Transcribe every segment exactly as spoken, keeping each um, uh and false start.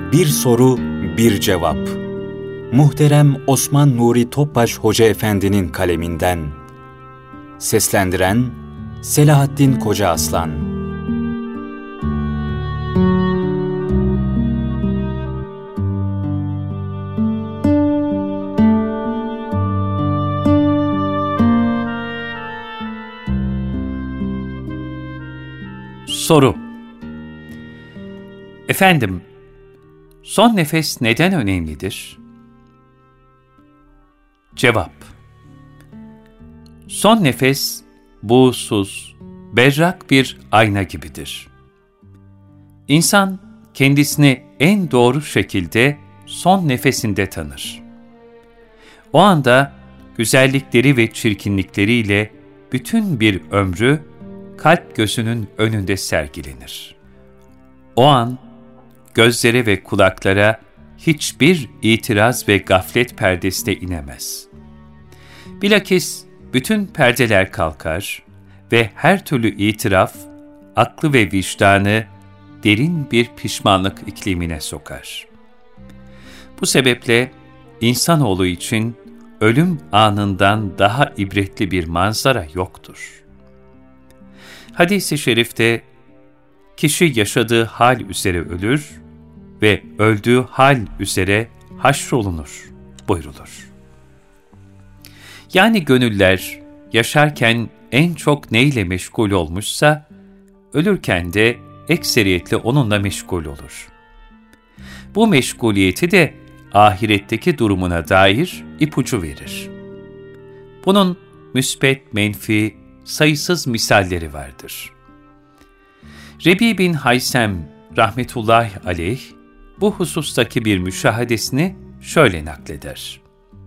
Bir soru, bir cevap. Muhterem Osman Nuri Topbaş Hoca Efendi'nin kaleminden. Seslendiren Selahattin Kocaaslan. Soru. Efendim, son nefes neden önemlidir? Cevap. Son nefes, buğusuz, berrak bir ayna gibidir. İnsan, kendisini en doğru şekilde son nefesinde tanır. O anda, güzellikleri ve çirkinlikleriyle bütün bir ömrü, kalp gözünün önünde sergilenir. O an, gözlere ve kulaklara hiçbir itiraz ve gaflet perdesi de inemez. Bilakis bütün perdeler kalkar ve her türlü itiraf, aklı ve vicdanı derin bir pişmanlık iklimine sokar. Bu sebeple insanoğlu için ölüm anından daha ibretli bir manzara yoktur. Hadis-i şerifte, kişi yaşadığı hal üzere ölür ve öldüğü hal üzere haşrolunur buyrulur. Yani gönüller yaşarken en çok neyle meşgul olmuşsa, ölürken de ekseriyetle onunla meşgul olur. Bu meşguliyeti de ahiretteki durumuna dair ipucu verir. Bunun müsbet, menfi, sayısız misalleri vardır. Rebi bin Haysem rahmetullahi aleyh bu husustaki bir müşahadesini şöyle nakleder.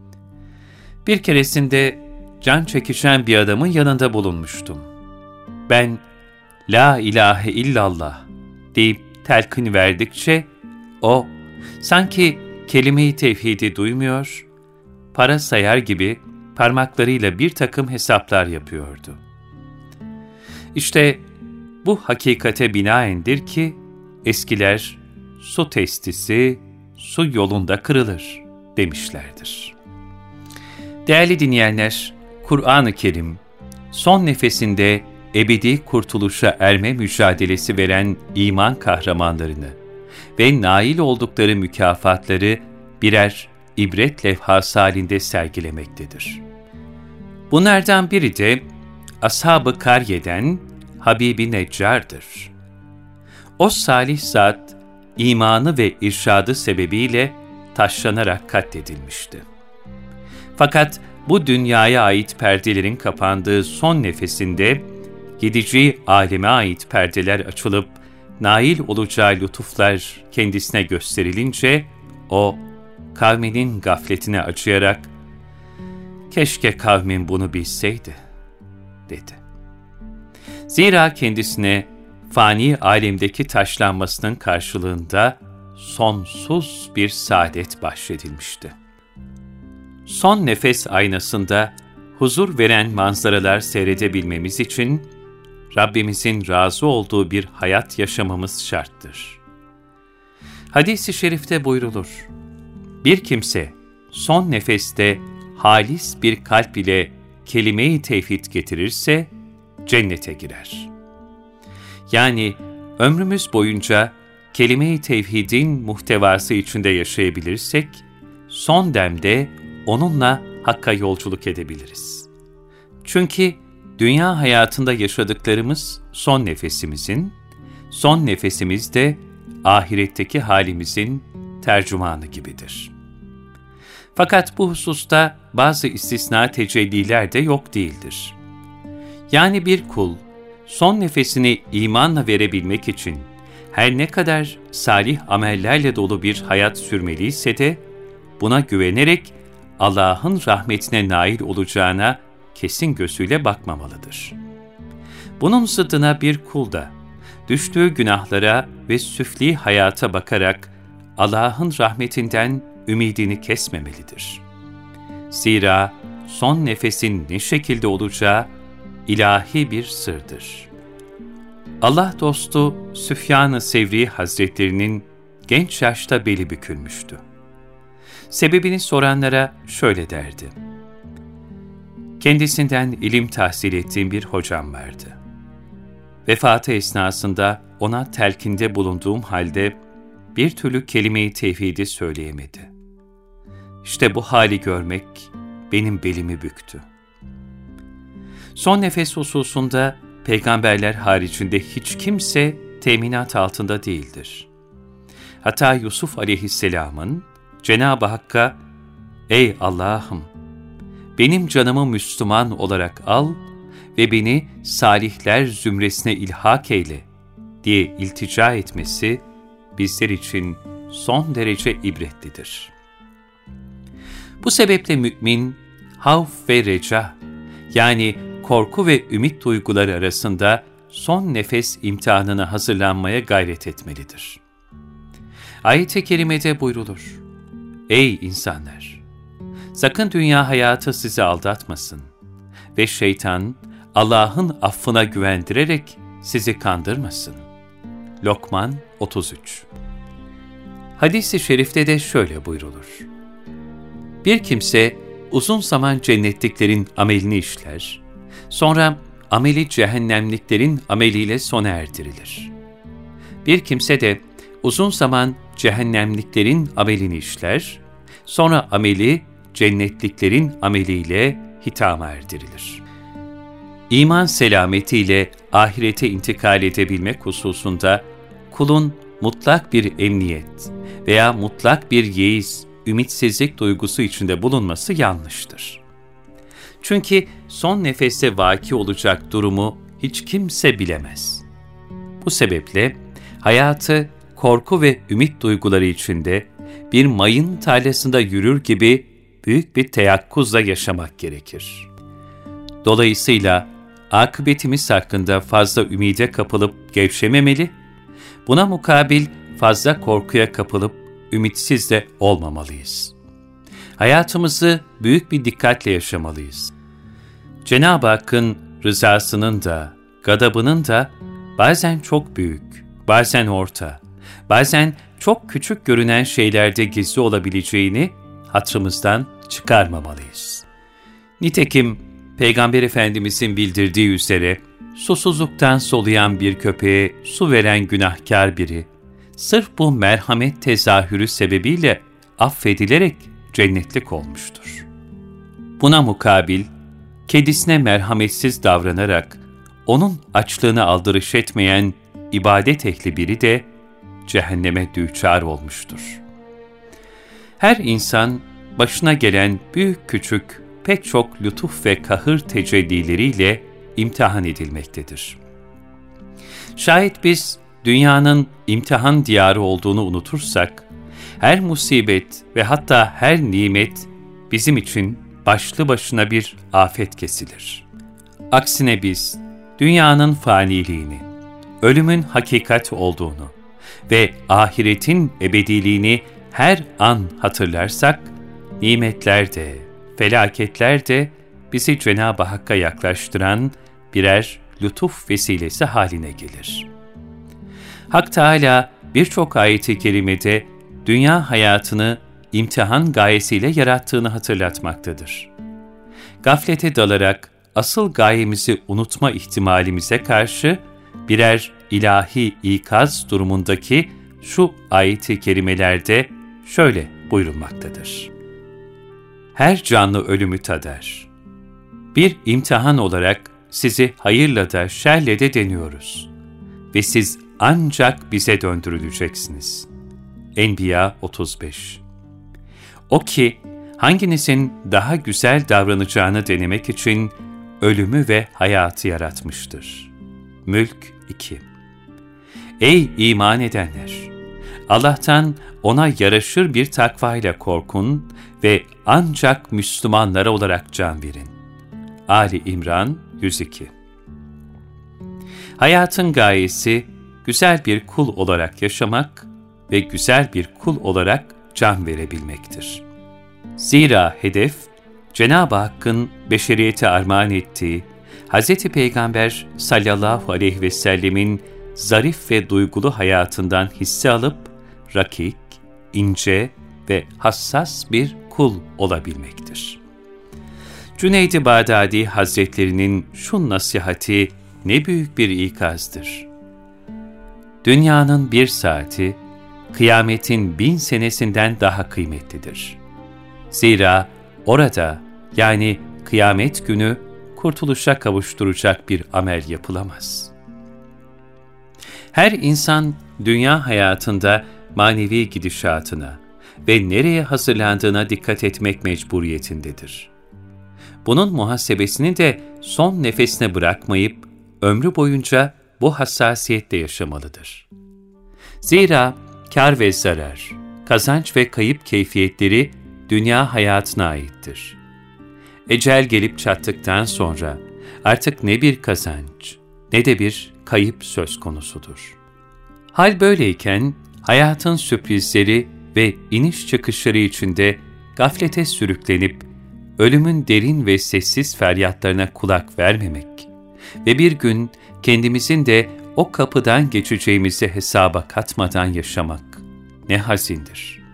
Bir keresinde can çekişen bir adamın yanında bulunmuştum. Ben "La ilahe illallah" deyip telkin verdikçe o sanki kelime-i tevhidi duymuyor, para sayar gibi parmaklarıyla bir takım hesaplar yapıyordu. İşte bu hakikate binaendir ki eskiler su testisi su yolunda kırılır demişlerdir. Değerli dinleyenler, Kur'an-ı Kerim son nefesinde ebedi kurtuluşa erme mücadelesi veren iman kahramanlarını ve nail oldukları mükafatları birer ibret levhası halinde sergilemektedir. Bunlardan biri de Ashab-ı Karye'den Habib-i Neccar'dır. O salih zat, imanı ve irşadı sebebiyle taşlanarak katledilmişti. Fakat bu dünyaya ait perdelerin kapandığı son nefesinde, gidici aleme ait perdeler açılıp, nail olacağı lütuflar kendisine gösterilince, o, kavminin gafletine acıyarak, "Keşke kavmin bunu bilseydi," dedi. Zira kendisine fani alemdeki taşlanmasının karşılığında sonsuz bir saadet bahşedilmişti. Son nefes aynasında huzur veren manzaralar seyredebilmemiz için Rabbimizin razı olduğu bir hayat yaşamamız şarttır. Hadis-i şerifte buyrulur, bir kimse son nefeste halis bir kalp ile kelime-i tevhid getirirse cennete girer. Yani ömrümüz boyunca kelime-i tevhidin muhtevası içinde yaşayabilirsek, son demde onunla Hakk'a yolculuk edebiliriz. Çünkü dünya hayatında yaşadıklarımız son nefesimizin, son nefesimiz de ahiretteki halimizin tercümanı gibidir. Fakat bu hususta bazı istisna tecelliler de yok değildir. Yani bir kul, son nefesini imanla verebilmek için her ne kadar salih amellerle dolu bir hayat sürmeliyse de, buna güvenerek Allah'ın rahmetine nail olacağına kesin gözüyle bakmamalıdır. Bunun zıddına bir kul da, düştüğü günahlara ve süfli hayata bakarak Allah'ın rahmetinden ümidini kesmemelidir. Zira son nefesin ne şekilde olacağı ilahi bir sırdır. Allah dostu Süfyan-ı Sevri Hazretlerinin genç yaşta beli bükülmüştü. Sebebini soranlara şöyle derdi: kendisinden ilim tahsil ettiğim bir hocam vardı. Vefatı esnasında ona telkinde bulunduğum halde bir türlü kelime-i tevhidi söyleyemedi. İşte bu hali görmek benim belimi büktü. Son nefes hususunda peygamberler haricinde hiç kimse teminat altında değildir. Hatta Yusuf aleyhisselamın Cenab-ı Hakk'a "Ey Allah'ım, benim canımı Müslüman olarak al ve beni salihler zümresine ilhak eyle" diye iltica etmesi bizler için son derece ibretlidir. Bu sebeple mümin, havf ve reca, yani korku ve ümit duyguları arasında son nefes imtihanına hazırlanmaya gayret etmelidir. Ayet-i kerimede buyrulur: "Ey insanlar! Sakın dünya hayatı sizi aldatmasın ve şeytan Allah'ın affına güvendirerek sizi kandırmasın." Lokman otuz üç. Hadis-i şerifte de şöyle buyrulur: bir kimse uzun zaman cennetliklerin amelini işler, sonra ameli cehennemliklerin ameliyle sona erdirilir. Bir kimse de uzun zaman cehennemliklerin amelini işler, sonra ameli cennetliklerin ameliyle hitama erdirilir. İman selametiyle ahirete intikal edebilmek hususunda kulun mutlak bir emniyet veya mutlak bir yeis, ümitsizlik duygusu içinde bulunması yanlıştır. Çünkü son nefeste vaki olacak durumu hiç kimse bilemez. Bu sebeple hayatı korku ve ümit duyguları içinde bir mayın tarlasında yürür gibi büyük bir teyakkuzla yaşamak gerekir. Dolayısıyla akıbetimiz hakkında fazla ümide kapılıp gevşememeli, buna mukabil fazla korkuya kapılıp ümitsiz de olmamalıyız. Hayatımızı büyük bir dikkatle yaşamalıyız. Cenab-ı Hakk'ın rızasının da, gadabının da bazen çok büyük, bazen orta, bazen çok küçük görünen şeylerde gizli olabileceğini hatırımızdan çıkarmamalıyız. Nitekim Peygamber Efendimizin bildirdiği üzere susuzluktan soluyan bir köpeğe su veren günahkar biri, sırf bu merhamet tezahürü sebebiyle affedilerek cennetlik olmuştur. Buna mukabil, kedisine merhametsiz davranarak onun açlığını aldırış etmeyen ibadet ehli biri de cehenneme düçar olmuştur. Her insan başına gelen büyük küçük pek çok lütuf ve kahır tecellileriyle imtihan edilmektedir. Şayet biz dünyanın imtihan diyarı olduğunu unutursak, her musibet ve hatta her nimet bizim için başlı başına bir afet kesilir. Aksine biz dünyanın faniliğini, ölümün hakikat olduğunu ve ahiretin ebediliğini her an hatırlarsak, nimetler de, felaketler de bizi Cenab-ı Hakk'a yaklaştıran birer lütuf vesilesi haline gelir. Hak Teâlâ birçok ayet-i kerimede dünya hayatını imtihan gayesiyle yarattığını hatırlatmaktadır. Gaflete dalarak asıl gayemizi unutma ihtimalimize karşı birer ilahi ikaz durumundaki şu ayet-i kerimelerde şöyle buyurulmaktadır: her canlı ölümü tadar. Bir imtihan olarak sizi hayırla da şerle de deniyoruz ve siz ancak bize döndürüleceksiniz. Enbiya otuz beş. O ki hanginizin daha güzel davranacağını denemek için ölümü ve hayatı yaratmıştır. Mülk iki. Ey iman edenler! Allah'tan ona yaraşır bir takvayla korkun ve ancak Müslümanlara olarak can verin. Ali İmran yüz iki. Hayatın gayesi güzel bir kul olarak yaşamak ve güzel bir kul olarak can verebilmektir. Zira hedef, Cenab-ı Hakk'ın beşeriyete armağan ettiği, Hz. Peygamber sallallahu aleyhi ve sellemin zarif ve duygulu hayatından hisse alıp, rakik, ince ve hassas bir kul olabilmektir. Cüneyd-i Bağdadi Hazretlerinin şu nasihati ne büyük bir ikazdır. Dünyanın bir saati, kıyametin bin senesinden daha kıymetlidir. Zira orada, yani kıyamet günü, kurtuluşa kavuşturacak bir amel yapılamaz. Her insan dünya hayatında manevi gidişatına ve nereye hazırlandığına dikkat etmek mecburiyetindedir. Bunun muhasebesini de son nefesine bırakmayıp ömrü boyunca bu hassasiyetle yaşamalıdır. Zira kar ve zarar, kazanç ve kayıp keyfiyetleri dünya hayatına aittir. Ecel gelip çattıktan sonra artık ne bir kazanç ne de bir kayıp söz konusudur. Hal böyleyken hayatın sürprizleri ve iniş çıkışları içinde gaflete sürüklenip ölümün derin ve sessiz feryatlarına kulak vermemek ve bir gün kendimizin de o kapıdan geçeceğimizi hesaba katmadan yaşamak ne hazindir.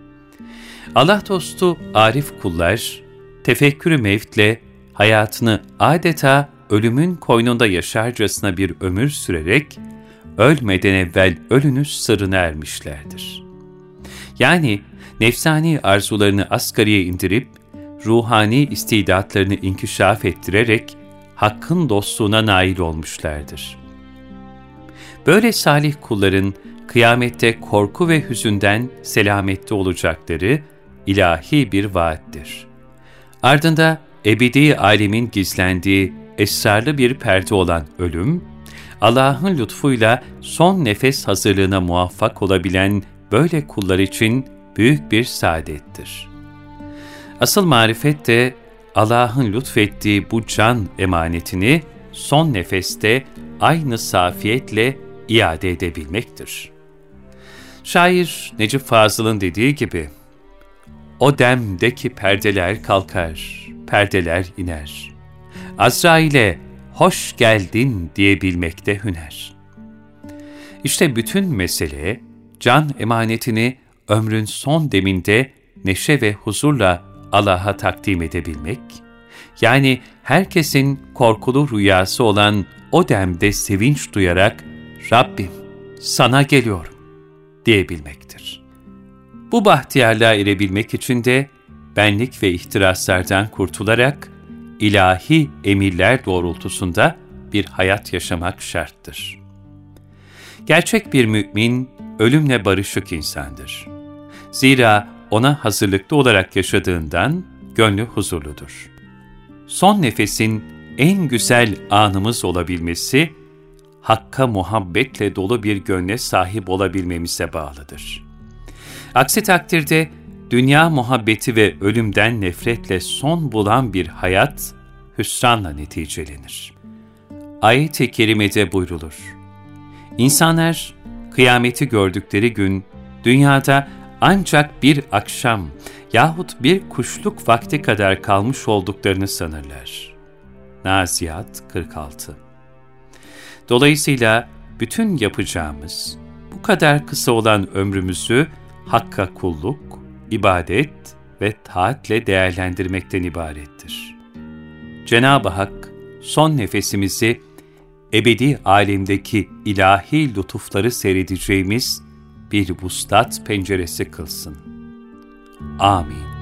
Allah dostu arif kullar, tefekkür-ü mevtle hayatını adeta ölümün koynunda yaşarcasına bir ömür sürerek, ölmeden evvel ölünüz sırrına ermişlerdir. Yani nefsani arzularını asgariye indirip, ruhani istidatlarını inkişaf ettirerek, Hakk'ın dostluğuna nail olmuşlardır. Böyle salih kulların kıyamette korku ve hüzünden selamette olacakları ilahi bir vaattir. Ardında ebedi alemin gizlendiği esrarlı bir perde olan ölüm, Allah'ın lütfuyla son nefes hazırlığına muvaffak olabilen böyle kullar için büyük bir saadettir. Asıl marifet de Allah'ın lütfettiği bu can emanetini son nefeste aynı safiyetle iade edebilmektir. Şair Necip Fazıl'ın dediği gibi, o demdeki perdeler kalkar, perdeler iner. Azrail'e hoş geldin diyebilmekte hüner. İşte bütün mesele, can emanetini ömrün son deminde neşe ve huzurla Allah'a takdim edebilmek, yani herkesin korkulu rüyası olan o demde sevinç duyarak, Rabbim sana geliyorum diyebilmektir. Bu bahtiyarlığa erebilmek için de benlik ve ihtiraslardan kurtularak ilahi emirler doğrultusunda bir hayat yaşamak şarttır. Gerçek bir mümin, ölümle barışık insandır. Zira ona hazırlıklı olarak yaşadığından gönlü huzurludur. Son nefesin en güzel anımız olabilmesi, Hakk'a muhabbetle dolu bir gönle sahip olabilmemize bağlıdır. Aksi takdirde, dünya muhabbeti ve ölümden nefretle son bulan bir hayat, hüsranla neticelenir. Ayet-i kerimede buyrulur: İnsanlar, kıyameti gördükleri gün, dünyada ancak bir akşam yahut bir kuşluk vakti kadar kalmış olduklarını sanırlar. Naziat kırk altı. Dolayısıyla bütün yapacağımız, bu kadar kısa olan ömrümüzü Hakk'a kulluk, ibadet ve taatle değerlendirmekten ibarettir. Cenab-ı Hak, son nefesimizi ebedi alemdeki ilahi lütufları seyredeceğimiz bir vuslat penceresi kılsın. Amin.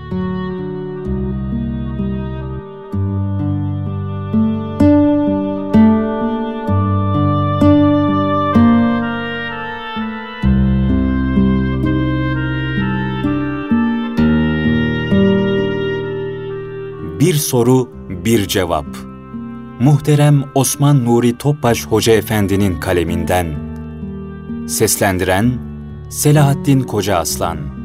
Bir soru, bir cevap. Muhterem Osman Nuri Topbaş Hoca Efendi'nin kaleminden. Seslendiren Selahattin Kocaaslan.